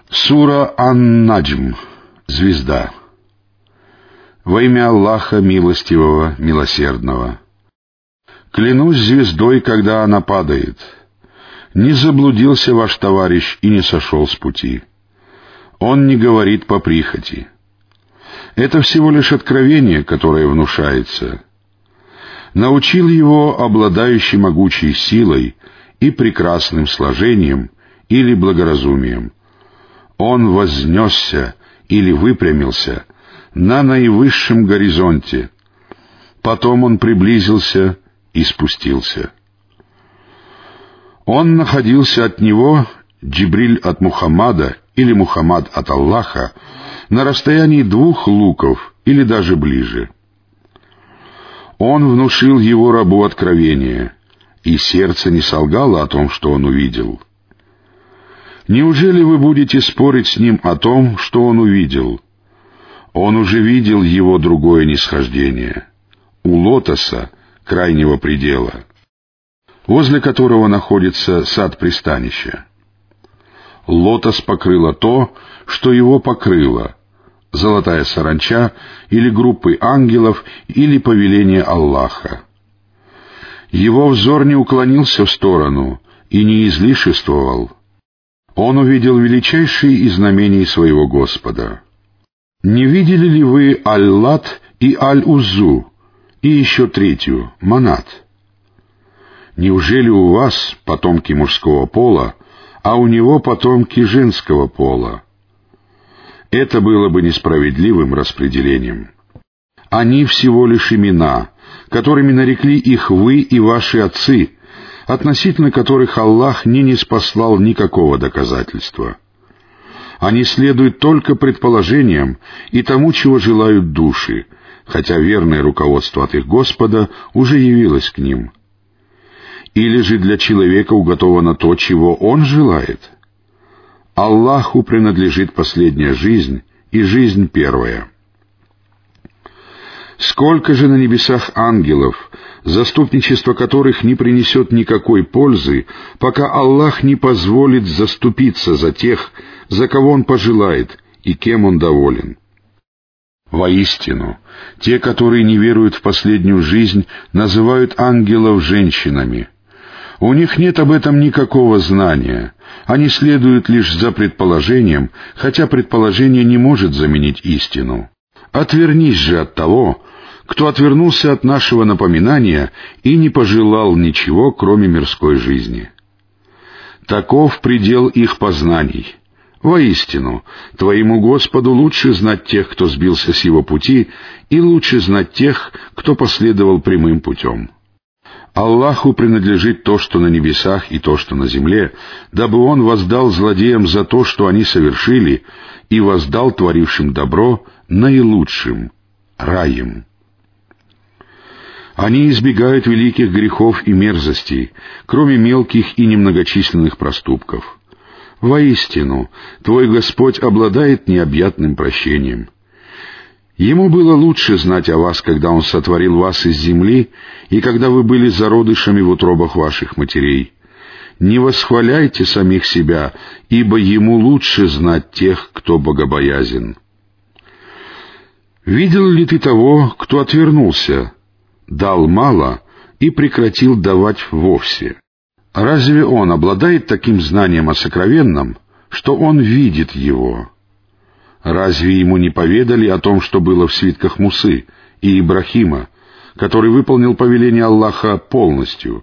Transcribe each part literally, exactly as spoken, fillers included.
Сура Ан-Наджм. Звезда. Во имя Аллаха Милостивого, Милосердного. Клянусь звездой, когда она падает. Не заблудился ваш товарищ и не сошел с пути. Он не говорит по прихоти. Это всего лишь откровение, которое внушается. Научил его обладающий могучей силой и прекрасным сложением или благоразумием. Он вознесся или выпрямился на наивысшем горизонте. Потом он приблизился и спустился. Он находился от него, Джибриль от Мухаммада или Мухаммад от Аллаха, на расстоянии двух луков или даже ближе. Он внушил его рабу откровение, и сердце не солгало о том, что он увидел. Неужели вы будете спорить с ним о том, что он увидел? Он уже видел его другое нисхождение, у лотоса, крайнего предела, возле которого находится сад пристанища. Лотос покрыло то, что его покрыло, золотая саранча или группы ангелов или повеление Аллаха. Его взор не уклонился в сторону и не излишествовал. Он увидел величайшие из знамений своего Господа. Не видели ли вы Аль-Лат и Аль-Уззу, и еще третью, Манат? Неужели у вас потомки мужского пола, а у него потомки женского пола? Это было бы несправедливым распределением. Они всего лишь имена, которыми нарекли их вы и ваши отцы, относительно которых Аллах не ниспослал никакого доказательства. Они следуют только предположениям и тому, чего желают души, хотя верное руководство от их Господа уже явилось к ним. Или же для человека уготовано то, чего он желает? Аллаху принадлежит последняя жизнь и жизнь первая. Сколько же на небесах ангелов, заступничество которых не принесет никакой пользы, пока Аллах не позволит заступиться за тех, за кого Он пожелает и кем Он доволен. Воистину, те, которые не веруют в последнюю жизнь, называют ангелов женщинами. У них нет об этом никакого знания. Они следуют лишь за предположением, хотя предположение не может заменить истину. Отвернись же от того, кто отвернулся от нашего напоминания и не пожелал ничего, кроме мирской жизни. Таков предел их познаний. Воистину, твоему Господу лучше знать тех, кто сбился с его пути, и лучше знать тех, кто последовал прямым путем. Аллаху принадлежит то, что на небесах, и то, что на земле, дабы Он воздал злодеям за то, что они совершили, и воздал творившим добро наилучшим — раем. Они избегают великих грехов и мерзостей, кроме мелких и немногочисленных проступков. Воистину, твой Господь обладает необъятным прощением. Ему было лучше знать о вас, когда Он сотворил вас из земли и когда вы были зародышами в утробах ваших матерей. Не восхваляйте самих себя, ибо Ему лучше знать тех, кто богобоязен. Видел ли ты того, кто отвернулся, дал мало и прекратил давать вовсе? Разве он обладает таким знанием о сокровенном, что он видит его? Разве ему не поведали о том, что было в свитках Мусы и Ибрахима, который выполнил повеление Аллаха полностью?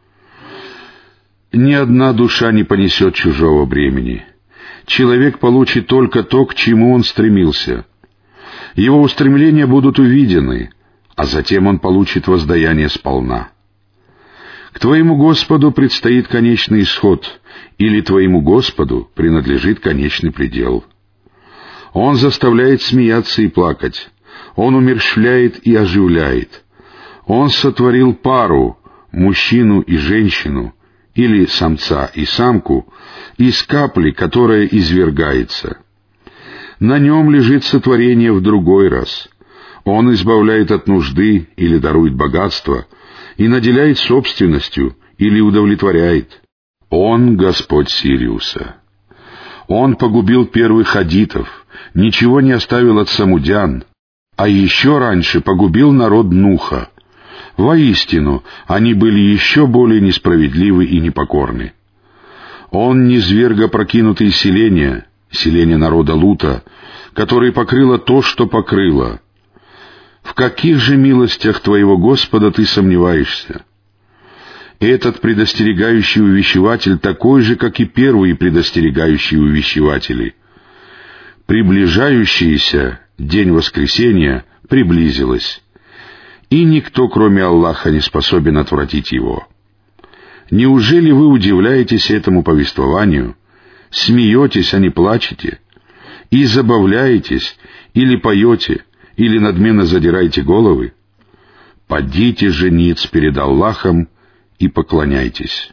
Ни одна душа не понесет чужого бремени. Человек получит только то, к чему он стремился. Его устремления будут увидены, а затем он получит воздаяние сполна. К твоему Господу предстоит конечный исход, или твоему Господу принадлежит конечный предел. Он заставляет смеяться и плакать. Он умерщвляет и оживляет. Он сотворил пару, мужчину и женщину, или самца и самку, из капли, которая извергается. На нем лежит сотворение в другой раз. Он избавляет от нужды или дарует богатство, и наделяет собственностью или удовлетворяет. Он Господь Сириуса. Он погубил первых хадитов, ничего не оставил от самудян, а еще раньше погубил народ Нуха. Воистину, они были еще более несправедливы и непокорны. Он низверг опрокинутые селения, селение народа Лута, которое покрыло то, что покрыло. В каких же милостях твоего Господа ты сомневаешься? Этот предостерегающий увещеватель такой же, как и первые предостерегающие увещеватели. Приближающийся день воскресения приблизилось, и никто, кроме Аллаха, не способен отвратить его. Неужели вы удивляетесь этому повествованию, смеетесь, а не плачете, и забавляетесь, или поете, или надменно задираете головы? Падите же ниц перед Аллахом и поклоняйтесь.